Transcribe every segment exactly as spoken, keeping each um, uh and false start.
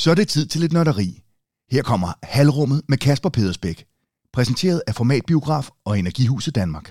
Så er det tid til lidt nørderi. Her kommer Halvrummet med Kasper Pedersbæk, præsenteret af Formatbiograf og Energihuset Danmark.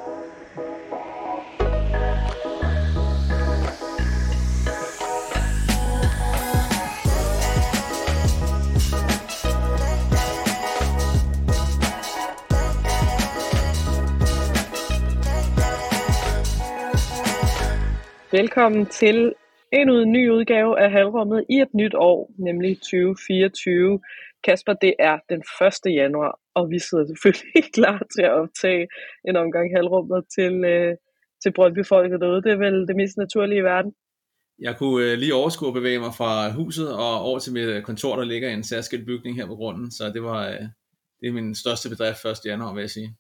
Velkommen til endnu en ny udgave af Halvrummet i et nyt år, nemlig tyve fireogtyve. Kasper, det er den første januar, og vi sidder selvfølgelig klar til at optage en omgang Halvrummet til, øh, til Brøndby-folket derude. Det er vel det mest naturlige i verden. Jeg kunne øh, lige overskue at bevæge mig fra huset og over til mit kontor, der ligger i en særskilt bygning her på grunden, så det var øh, det er min største bedrift første januar, vil jeg sige.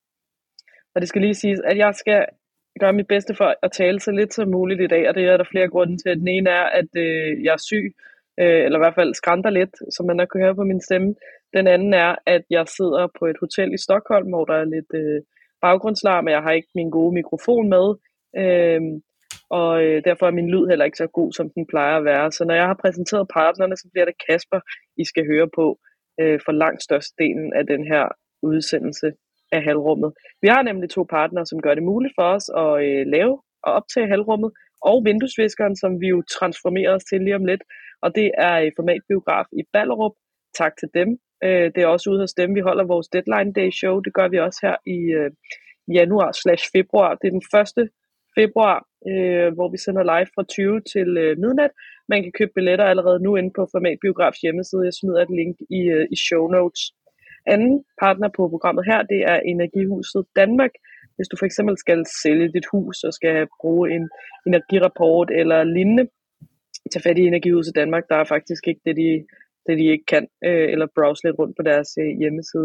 Og det skal lige siges, at jeg skal gøre mit bedste for at tale så lidt som muligt i dag, og det er der flere grunde til. Den ene er, at øh, jeg er syg, øh, eller i hvert fald skrænter lidt, som man har kunne høre på min stemme. Den anden er, at jeg sidder på et hotel i Stockholm, hvor der er lidt øh, baggrundslarm, og jeg har ikke min gode mikrofon med, øh, og øh, derfor er min lyd heller ikke så god, som den plejer at være. Så når jeg har præsenteret partnerne, så bliver det Kasper, I skal høre på øh, for langt størstedelen af den her udsendelse af Halvrummet. Vi har nemlig to partnere, som gør det muligt for os at øh, lave og optage Halvrummet, og Vinduesviskeren, som vi jo transformerer os til lige om lidt, og det er i Formatbiograf i Ballerup. Tak til dem. Øh, det er også ude hos dem, vi holder vores Deadline Day show. Det gør vi også her i øh, januar slash februar. Det er den første februar, øh, hvor vi sender live fra tyve til øh, midnat. Man kan købe billetter allerede nu inde på Formatbiografs hjemmeside. Jeg smider et link i, øh, i show notes. Anden partner på programmet her, det er Energihuset Danmark. Hvis du for eksempel skal sælge dit hus og skal bruge en energirapport eller lignende, tag fat i Energihuset Danmark. Der er faktisk ikke det, de, det, de ikke kan, øh, eller browse lidt rundt på deres øh, hjemmeside.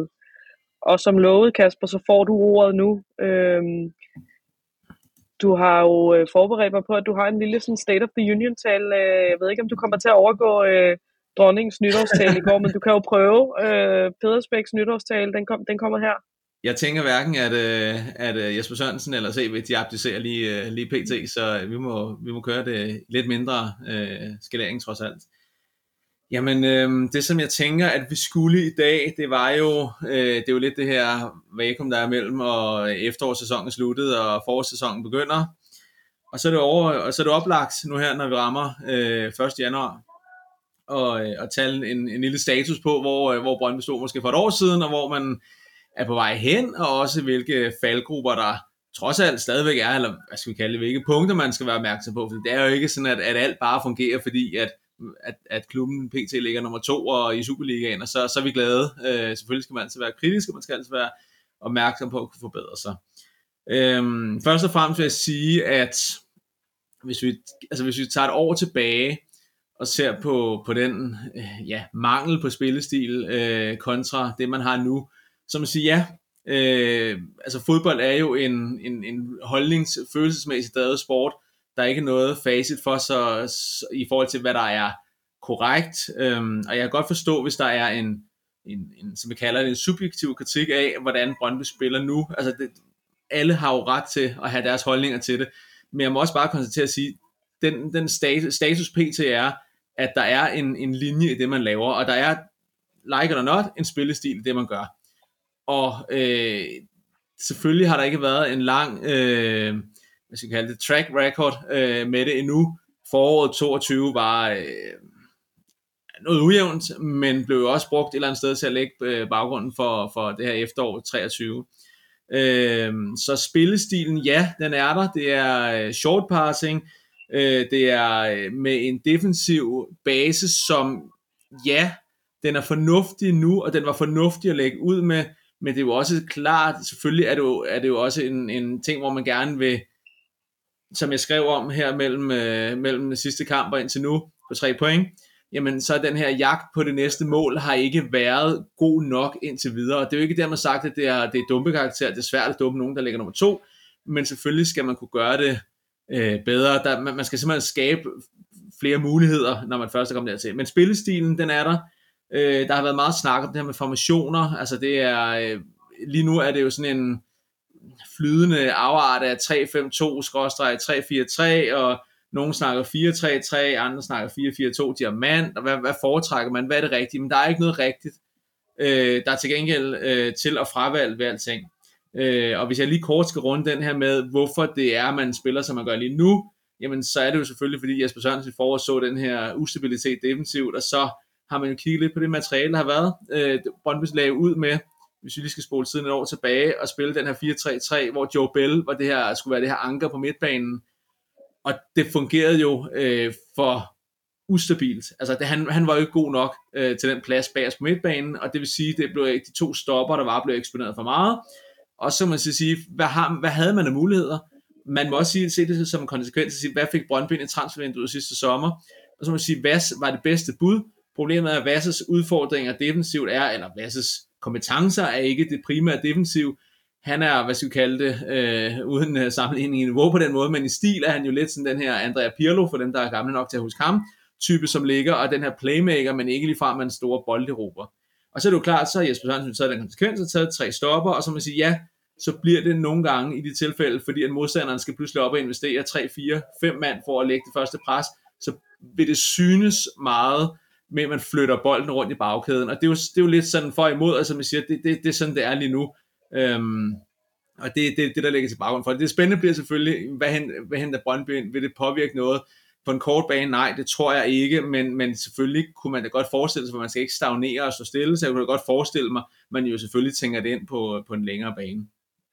Og som lovet, Kasper, så får du ordet nu. Øhm, du har jo øh, forberedt mig på, at du har en lille sådan State of the Union-tale. Øh, jeg ved ikke, om du kommer til at overgå Øh, dronningens nytårstale i går, men du kan jo prøve. Øh, Pedersbæks nytårstale, den, kom, den kommer her. Jeg tænker hverken, at, at Jesper Sørensen eller C V, de abdicerer lige, lige pt, så vi må, vi må køre det lidt mindre øh, skalering trods alt. Jamen, øh, det som jeg tænker, at vi skulle i dag, det var jo, øh, det er jo lidt det her vakuum, der er mellem, og efterårssæsonen er sluttet, og forårssæsonen begynder. Og så er det, over, og så er det oplagt nu her, når vi rammer øh, første januar, og, og tage en, en lille status på, hvor, hvor Brøndby stod måske for et år siden, og hvor man er på vej hen, og også hvilke faldgrupper der trods alt stadigvæk er, eller hvad skal vi kalde det, hvilke punkter man skal være opmærksom på, for det er jo ikke sådan, at, at alt bare fungerer, fordi at, at, at klubben P T ligger nummer to og i Superligaen, og så, så er vi glade. Øh, selvfølgelig skal man altid være kritisk, og man skal altid være opmærksom på at kunne forbedre sig. Øhm, først og fremmest vil jeg sige, at hvis vi, altså hvis vi tager et år tilbage, og ser på, på den øh, ja, mangel på spillestil øh, kontra det, man har nu, så man siger, ja, øh, altså fodbold er jo en, en, en holdnings- følelsesmæssigt drevet sport. Der er ikke noget facit for så, så i forhold til, hvad der er korrekt, øhm, og jeg kan godt forstå, hvis der er en, en, en som vi kalder det, en subjektiv kritik af, hvordan Brøndby spiller nu. Altså det, alle har jo ret til at have deres holdninger til det, men jeg må også bare konstatere at sige, den, den status, status pt er, at der er en, en linje i det, man laver, og der er, like it or not, en spillestil i det, man gør. Og øh, selvfølgelig har der ikke været en lang, øh, hvad skal jeg kalde det, track record øh, med det endnu. Foråret toogtyve var øh, noget ujævnt, men blev jo også brugt et eller andet sted til at lægge øh, baggrunden for, for det her efterår treogtyve. Øh, så spillestilen, ja, den er der. Det er øh, short passing, det er med en defensiv base, som ja, den er fornuftig nu, og den var fornuftig at lægge ud med, men det er jo også klart, selvfølgelig er det jo, er det jo også en, en ting, hvor man gerne vil, som jeg skrev om her mellem, øh, mellem den sidste kamp og indtil nu, på tre point, jamen så den her jagt på det næste mål har ikke været god nok indtil videre, og det er jo ikke dermed sagt, at det er, det er dumpekarakter, det er svært at dumpe nogen, der ligger nummer to, men selvfølgelig skal man kunne gøre det Øh, bedre. Der, man, man skal simpelthen skabe flere muligheder, når man først er kommet dertil. Men spillestilen, den er der. Øh, der har været meget snak om det her med formationer. Altså det er, øh, lige nu er det jo sådan en flydende afart af tre fem to tre fire tre, og Nogle snakker fire tre tre, andre snakker fire fire to diamant, og hvad, hvad foretrækker man, hvad er det rigtige? Men der er ikke noget rigtigt. Øh, der er til gengæld øh, til at fravalge ved alting. Øh, og hvis jeg lige kort skal runde den her med, hvorfor det er, man spiller, som man gør lige nu, jamen så er det jo selvfølgelig, fordi Jesper Sørensen i foråret så den her ustabilitet defensivt, og så har man jo kigget lidt på det materiale, der har været. Øh, Brøndby lagde ud med, hvis vi lige skal spole tiden et år tilbage, og spille den her fire tre tre, hvor Joe Bell var det her, skulle være det her anker på midtbanen, og det fungerede jo øh, for ustabilt. Altså det, han, han var jo ikke god nok øh, til den plads bagerst på midtbanen, og det vil sige, det blev de to stopper, der var blevet eksponeret for meget. Og så må man sige, hvad, har, hvad havde man af muligheder? Man må også sige, se det som en konsekvens at sige, hvad fik Brøndby i transfervinduet sidste sommer? Og så må man sige, hvad var det bedste bud? Problemet er, at Vasses udfordringer defensivt er, eller Vasses kompetencer er ikke det primære defensiv. Han er, hvad skal vi kalde det, øh, uden sammenligning i niveau på den måde, men i stil er han jo lidt sådan den her Andrea Pirlo, for dem, der er gamle nok til at huske ham, type som ligger, og den her playmaker, men ikke ligefrem en store bolderober. Og så er det jo klart, så har Jesper Sørensen taget den konsekvens og taget tre stopper, og så må man sige, ja, så bliver det nogle gange i de tilfælde, fordi at modstanderen skal pludselig op og investere tre, fire, fem mand for at lægge det første pres, så vil det synes meget med, at man flytter bolden rundt i bagkæden, og det er jo, det er jo lidt sådan for imod, altså man siger, det, det, det er sådan, det er lige nu. Øhm, og det er det, det, der ligger til baggrund for det. Det spændende bliver selvfølgelig, hvad henter, hvad henter Brøndby, vil det påvirke noget på en kort bane? Nej, det tror jeg ikke, men, men selvfølgelig kunne man da godt forestille sig, for man skal ikke stagnere og stå stille, så jeg kunne da godt forestille mig, man jo selvfølgelig tænker det ind på, på en længere bane.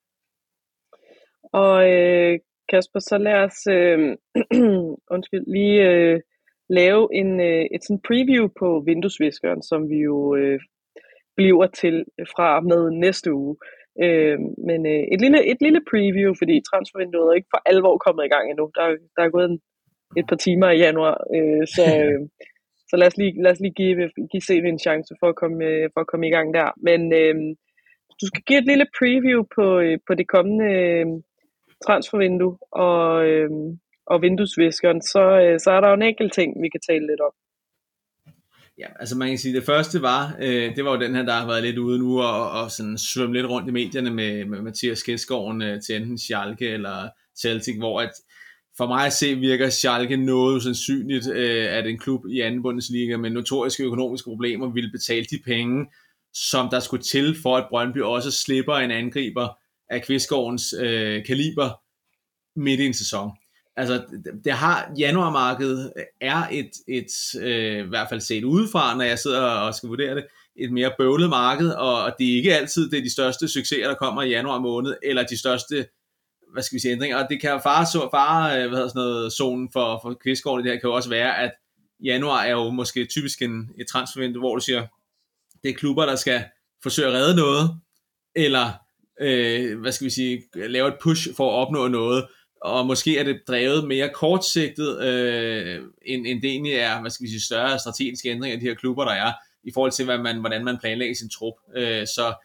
Og øh, Kasper, så lad os øh, undskyld, lige øh, lave en, øh, et sådan preview på vinduesviskeren, som vi jo øh, bliver til fra med næste uge. Øh, men øh, et, lille, et lille preview, fordi transfervinduet er ikke for alvor kommet i gang endnu. Der, der er gået en, et par timer i januar, øh, så, øh, så lad os lige, lad os lige give, give C V en chance for at komme, for at komme i gang der. Men øh, du skal give et lille preview på, på det kommende øh, transfervindue og, øh, og vinduesviskeren, så, øh, så er der jo en enkelt ting, vi kan tale lidt om. Ja, altså man kan sige, det første var, øh, det var jo den her, der har været lidt ude nu, og, og sådan svømme lidt rundt i medierne med, med Mathias Kjærsgaard øh, til enten Schalke eller Celtic, hvor at for mig at se virker Schalke noget usandsynligt, øh, at en klub i anden Bundesliga med notoriske økonomiske problemer ville betale de penge, som der skulle til for, at Brøndby også slipper en angriber af Kvistgaardens øh, kaliber midt i en sæson. Altså, det, det har januarmarkedet er et, et øh, i hvert fald set udefra, når jeg sidder og skal vurdere det, et mere bøvlet marked, og det er ikke altid det er de største succeser, der kommer i januar måned, eller de største, hvad skal vi sige, ændringer, og det kan jo fare, så, fare hvad hedder sådan noget, zonen for, for Kvistgaard, det her kan jo også være, at januar er jo måske typisk en, et transfervindue, hvor du siger, det er klubber, der skal forsøge at redde noget, eller, øh, hvad skal vi sige, lave et push for at opnå noget, og måske er det drevet mere kortsigtet, øh, end, end det egentlig er, hvad skal vi sige, større strategiske ændringer af de her klubber, der er, i forhold til, hvad man, hvordan man planlægger sin trup. Øh, så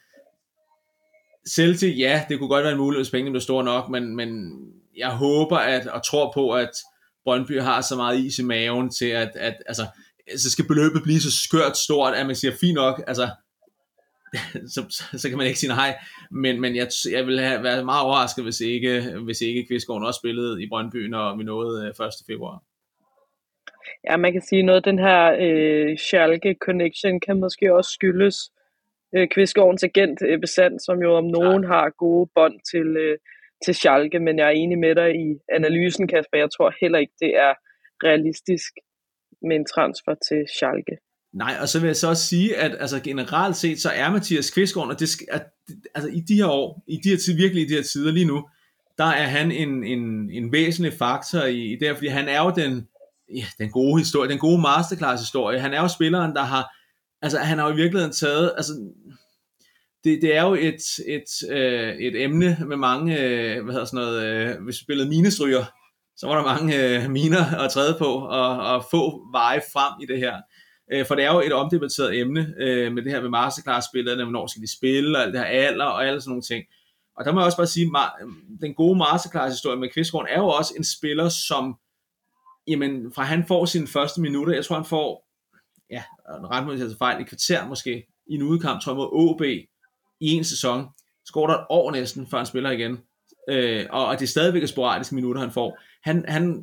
Celtic, ja, det kunne godt være en mulighed, hvis pengene blev store nok, men, men jeg håber at, og tror på, at Brøndby har så meget is i maven til, at, at altså, så skal beløbet blive så skørt stort, at man siger, fint nok, altså, så, så, så kan man ikke sige nej, men, men jeg, jeg ville have været meget overrasket, hvis ikke, hvis ikke Kvistgaard også spillede i Brøndby, når vi nåede første februar. Ja, man kan sige noget af den her øh, Schalke connection kan måske også skyldes øh, Kvistgaardens agent Ebbe Sand, som jo om nogen ja. har gode bånd til, øh, til Schalke, men jeg er enig med dig i analysen, Kasper. Jeg tror heller ikke, det er realistisk med en transfer til Schalke. Nej, og så vil jeg så også sige, at altså, generelt set, så er Mathias Kvistgaard, og det, at, altså, i de her år, i de her tider, virkelig i de her tider lige nu, der er han en, en, en væsentlig faktor i, i det, fordi han er jo den, ja, den gode historie, den gode masterclass-historie. Han er jo spilleren, der har, altså han har jo i virkeligheden taget, altså det, det er jo et, et, øh, et emne med mange, øh, hvad hedder sådan noget, øh, hvis vi spillede minestryger, så var der mange øh, miner at træde på, og, og få veje frem i det her. For det er jo et omdebatteret emne øh, med det her med masterclass-spillerne, hvornår skal de spille, og alt det her alder, og alle sådan nogle ting. Og der må jeg også bare sige, den gode masterclass-historie med Kvistgaard er jo også en spiller, som, jamen, fra han får sine første minutter, jeg tror han får, ja, ret mod til fejl, et kvarter måske, i en udekamp, tror jeg mod O B, i en sæson, så går der et år næsten, før han spiller igen. Øh, og, og det er stadigvæk sporadiske minutter, han får. Han, han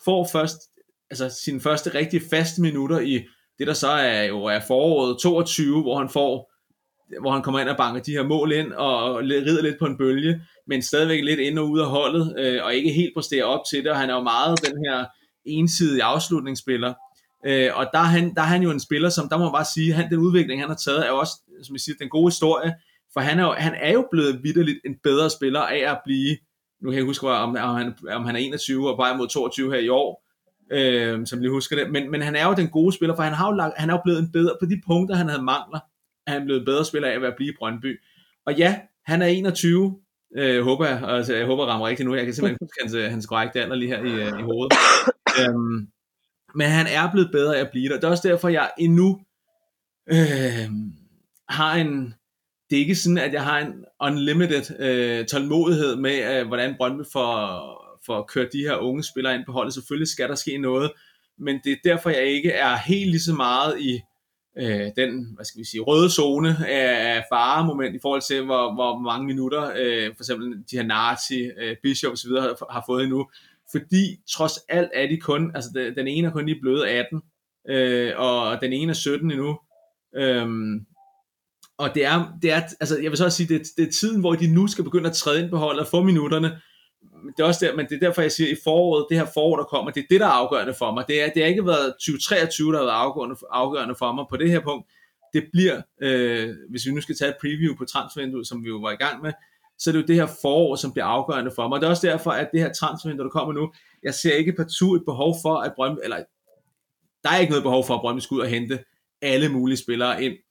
får først altså sine første rigtig faste minutter i det, der så er jo er foråret toogtyve, hvor han får hvor han kommer ind og banker de her mål ind, og rider lidt på en bølge, men stadigvæk lidt ind og ud af holdet, øh, og ikke helt præsterer op til det, og han er jo meget den her ensidige afslutningsspiller, øh, og der er, han, der er han jo en spiller, som, der må man bare sige, han, den udvikling, han har taget, er også, som jeg siger, den gode historie, for han er jo, han er jo blevet vitterligt en bedre spiller af at blive, nu kan jeg huske, om, om, han, om han er enogtyve og bare mod toogtyve her i år, øh, som lige husker det, men, men han er jo den gode spiller, for han, har jo lagt, han er jo blevet en bedre, på de punkter, han havde mangler, er han blevet bedre spiller af at være blive i Brøndby. Og ja, han er enogtyve, øh, håber jeg, altså jeg håber, jeg rammer rigtigt nu, jeg kan simpelthen huske hans, hans korrekte alder lige her i, i hovedet. øhm, men han er blevet bedre af at blive der. Det er også derfor, jeg endnu øh, har en, det er ikke sådan, at jeg har en unlimited øh, tålmodighed med, øh, hvordan Brøndby får, får kørt de her unge spillere ind på holdet. Selvfølgelig skal der ske noget, men det er derfor, jeg ikke er helt lige så meget i Øh, den, hvad skal vi sige, røde zone af, af faremoment i forhold til, hvor, hvor mange minutter øh, for eksempel de her Narti, øh, Bishop og så videre har, har fået endnu, fordi trods alt er de kun, altså den, den ene er kun lige blevet atten, øh, og den ene er sytten endnu, øhm, og det er, det er, altså jeg vil så også sige, det, det er tiden, hvor de nu skal begynde at træde ind på holdet og få minutterne. Det er også der, men det er derfor, jeg siger, i foråret, det her forår, der kommer, det er det, der er afgørende for mig. Det, er, det har ikke været tyve treogtyve, der har været afgørende, afgørende for mig på det her punkt. Det bliver, øh, hvis vi nu skal tage et preview på transfervinduet, som vi jo var i gang med, så er det jo det her forår, som bliver afgørende for mig. Og det er også derfor, at det her transfervindue, der kommer nu, jeg ser ikke partout et behov for, at Brøndby, eller der er ikke noget behov for, at Brøndby skal ud og hente alle mulige spillere ind.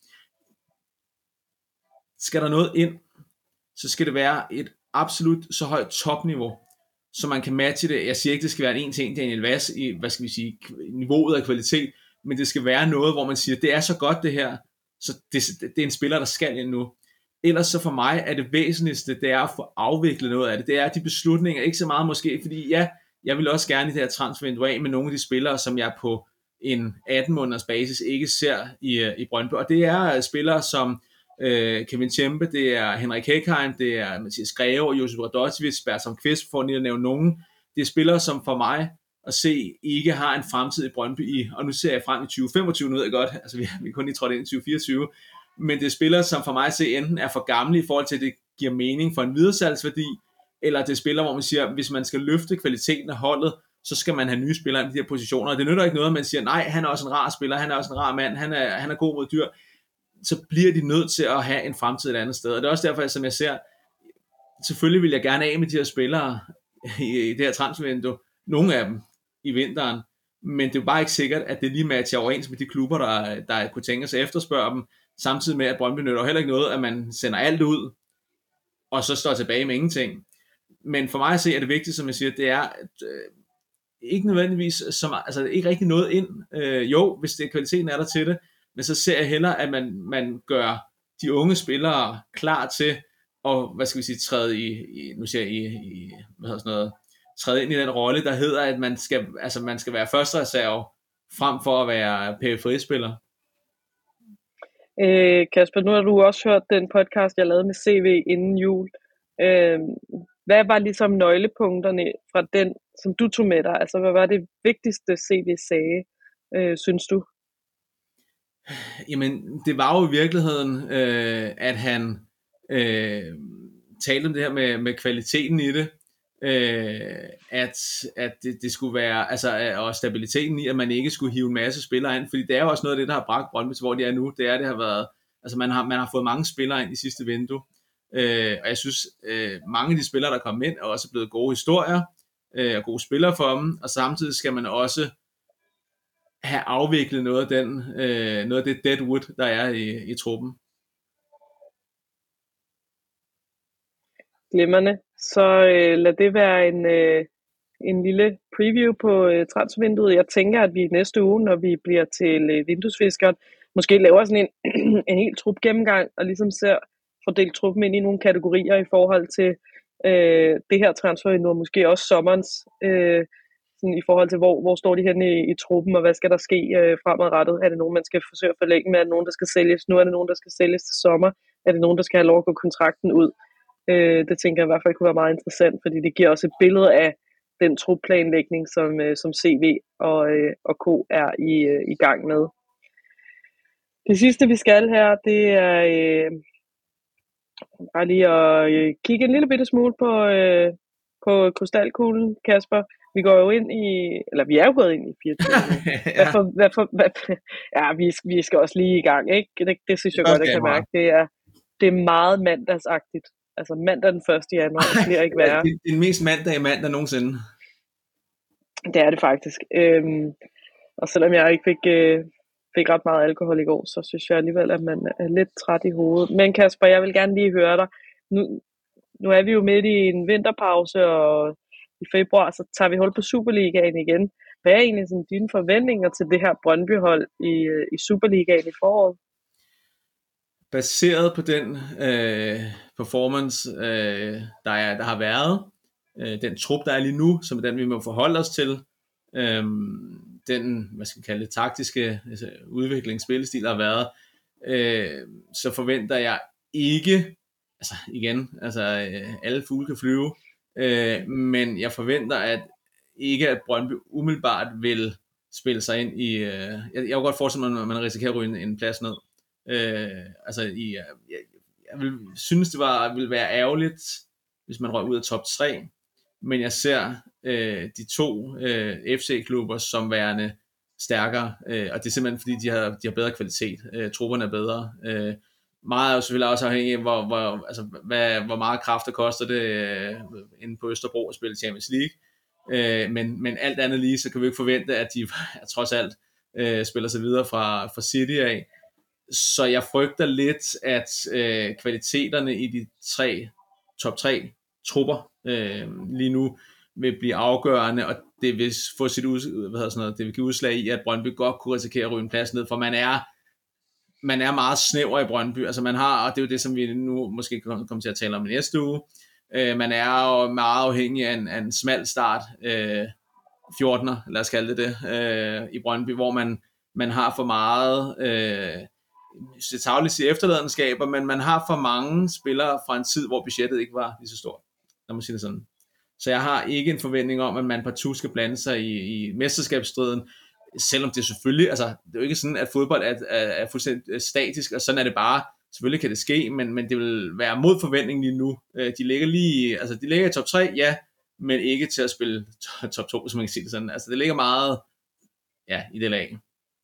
Skal der noget ind, så skal det være et absolut så højt topniveau, så man kan matche det. Jeg siger ikke, det skal være en en til en Daniel Vass i, hvad skal vi sige, niveauet af kvalitet, men det skal være noget, hvor man siger, det er så godt det her, så det, det er en spiller, der skal ind nu. Ellers så for mig er det væsentligste, det er at få afviklet noget af det. Det er de beslutninger, ikke så meget måske, fordi ja, jeg vil også gerne i det her transfervindue af med nogle af de spillere, som jeg på en atten måneders basis ikke ser i, i Brøndby. Og det er spillere som øh, Kevin Tjempe, det er Henrik Hækheim, det er Mathias Greve, Josip Radojevic, Bertram Kvist, for at nævne nogen. Det er spillere, som for mig at se ikke har en fremtid i Brøndby i, og nu ser jeg frem i tyve femogtyve, nu ved jeg godt, altså vi, vi er kun lige trådt ind i tyve fireogtyve, men det er spillere, som for mig at se enten er for gamle i forhold til, at det giver mening for en videresalgsværdi, eller det er spillere, hvor man siger, hvis man skal løfte kvaliteten af holdet, så skal man have nye spillere i de her positioner, og det nytter ikke noget, at man siger, nej, han er også en rar spiller, han er også en rar mand, han er, han er god mod dyr, så bliver de nødt til at have en fremtid et andet sted, og det er også derfor, som jeg ser, selvfølgelig vil jeg gerne af med de her spillere i, i det her transfervindue, nogle af dem i vinteren, men det er jo bare ikke sikkert, at det lige matcher overens med de klubber, der, der kunne tænke sig at efterspørge dem, samtidig med, at Brøndby nytter heller ikke noget, at man sender alt ud, og så står tilbage med ingenting. Men for mig at se, er det vigtigt, som jeg siger, det er at, øh, ikke nødvendigvis, som, altså ikke rigtig noget ind, øh, jo, hvis det kvaliteten er der til det, men så ser jeg hellere, at man, man gør de unge spillere klar til, at, hvad skal vi sige, træde i, i nu siger jeg, i, i hvad hedder sådan noget, træde ind i den rolle, der hedder, at man skal, altså man skal være første reserve, frem for at være periferispiller. Øh, Kasper, nu har du også hørt den podcast, jeg lavede med C V inden jul. Øh, hvad var ligesom nøglepunkterne fra den, som du tog med dig? Altså, hvad var det vigtigste, C V sagde, øh, synes du? Jamen, det var jo i virkeligheden, øh, at han øh, talte om det her med, med kvaliteten i det, øh, at, at det, det skulle være, altså, og stabiliteten i, at man ikke skulle hive en masse spillere ind, fordi det er jo også noget af det, der har bragt Brøndby til, hvor de er nu, det er, det har været, altså man har, man har fået mange spillere ind i sidste vindue, øh, og jeg synes, øh, mange af de spillere, der er kommet ind, er også blevet gode historier, øh, og gode spillere for dem, og samtidig skal man også have afviklet noget af den, øh, noget af det deadwood, der er i, i truppen. Glimrende. Så øh, lad det være en, øh, en lille preview på øh, transfervinduet. Jeg tænker, at vi næste uge, når vi bliver til øh, vinduesfiskeren, måske laver sådan en, en helt trup gennemgang, og ligesom ser fordelt truppen ind i nogle kategorier i forhold til øh, det her transfervindue, og måske også sommerens, øh, sådan i forhold til, hvor, hvor står de henne i, i truppen, og hvad skal der ske øh, fremadrettet? Er det nogen, man skal forsøge at forlænge med? Er det nogen, der skal sælges? Nu er det nogen, der skal sælges til sommer. Er det nogen, der skal have lov at gå kontrakten ud? Øh, det tænker jeg i hvert fald kunne være meget interessant, fordi det giver også et billede af den trupplanlægning, som, øh, som C V og, øh, og K er i, øh, i gang med. Det sidste, vi skal her, det er øh, bare lige at øh, kigge en lille bitte smule på, øh, på krystalkuglen, Kasper. Vi går jo ind i, eller vi er jo gået ind i fireogtyve. ja. Hvad for, hvad for, hvad, ja, vi, vi skal også lige i gang, ikke? Det, det synes jeg godt, jeg kan mærke. Det er, det er meget mandagsagtigt. Altså mandag den første januar, det bliver ikke værre. Det er den mest mandag i mandag nogensinde. Det er det faktisk. Øhm, og selvom jeg ikke fik, øh, fik ret meget alkohol i går, så synes jeg alligevel, at man er lidt træt i hovedet. Men Kasper, jeg vil gerne lige høre dig. Nu, nu er vi jo midt i en vinterpause, og i februar, så tager vi hul på Superligaen igen. Hvad er egentlig sådan dine forventninger til det her Brøndby-hold i, i Superligaen i foråret? Baseret på den øh, performance, øh, der, er, der har været, øh, den trup, der er lige nu, som er den, vi må forholde os til, øh, den, hvad skal vi kalde det, taktiske altså, udvikling, spillestil, der har været, øh, så forventer jeg ikke, altså igen, altså øh, alle fugle kan flyve, øh, men jeg forventer, at ikke at Brøndby umiddelbart vil spille sig ind i, øh, jeg, jeg kan godt forestille mig, at man risikerer at ryge en, en plads ned. Øh, altså i, jeg, jeg vil, synes det var ville være ærgerligt hvis man røg ud af top tre, men jeg ser øh, de to øh, F C-klubber som værende stærkere, øh, og det er simpelthen fordi de har, de har bedre kvalitet, øh, trupperne er bedre, øh, meget er jo selvfølgelig også afhængig af hvor, hvor, altså, hvad, hvor meget kræfter koster det øh, inde på Østerbro at spille Champions League, øh, men, men alt andet lige så kan vi ikke forvente at de trods alt øh, spiller sig videre fra, fra City af. Så jeg frygter lidt, at øh, kvaliteterne i de tre, top tre trupper øh, lige nu vil blive afgørende, og det vil få sit ud, hvad hedder sådan noget, det vil give udslag i, at Brøndby godt kunne risikere at ryge en plads ned, for man er, man er meget snæver i Brøndby, altså man har, og det er jo det, som vi nu måske kommer til at tale om i næste uge, øh, man er jo meget afhængig af en, af en smal start, øh, fjortener, lad os kalde det det, øh, i Brøndby, hvor man, man har for meget, øh, det tavligt sige efterladenskaber, men man har for mange spillere fra en tid, hvor budgettet ikke var lige så stort, lad mig sige det sådan. Så jeg har ikke en forventning om, at man partout skal blande sig i, i mesterskabsstriden, selvom det selvfølgelig, altså det er jo ikke sådan, at fodbold er, er, er fuldstændig statisk, og sådan er det bare, selvfølgelig kan det ske, men, men det vil være mod forventning lige nu. De ligger lige, altså de ligger i top tre, ja, men ikke til at spille top to, som man kan sige det sådan. Altså det ligger meget, ja, i det lag.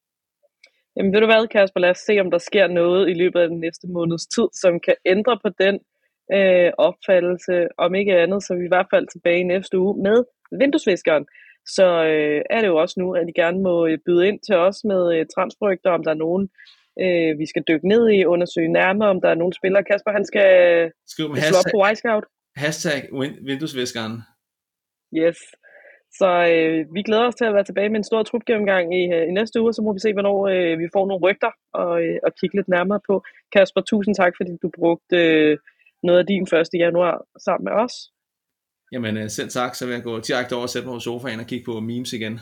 Jamen ved du hvad, Kasper, lad os se, om der sker noget i løbet af den næste måneds tid, som kan ændre på den øh, opfattelse. Om ikke andet, så er vi i hvert fald tilbage i næste uge med vinduesviskeren. Så øh, er det jo også nu, at I gerne må byde ind til os med øh, transferrygter, om der er nogen, øh, vi skal dykke ned i, undersøge nærmere, om der er nogen spillere. Kasper, han skal slå op på Y-Scout. Hashtag vinduesviskeren. Yes. Så øh, vi glæder os til at være tilbage med en stor trupgennemgang i, øh, i næste uge, så må vi se, hvornår øh, vi får nogle rygter og, øh, og kigge lidt nærmere på. Kasper, tusind tak, fordi du brugte øh, noget af din første januar sammen med os. Jamen selv tak, så vil jeg gå direkte over og sætte mig på sofaen og kigge på memes igen.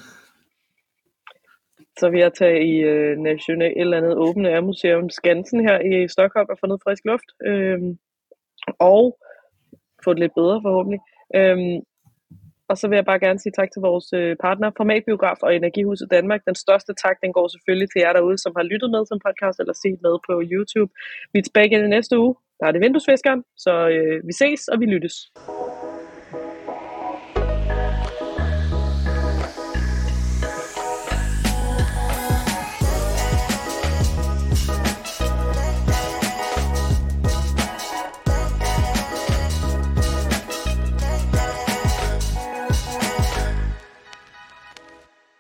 Så vil jeg tage i øh, National eller andet åbne Air Museum Skansen her i Stockholm og få noget frisk luft. Øh, og få det lidt bedre forhåbentlig. Øh, Og så vil jeg bare gerne sige tak til vores partner, Formatbiograf og Energihuset Danmark. Den største tak, den går selvfølgelig til jer derude, som har lyttet med som podcast eller set med på YouTube. Vi er tilbage igen i næste uge. Der er det vinduesviskeren, så øh, vi ses og vi lyttes.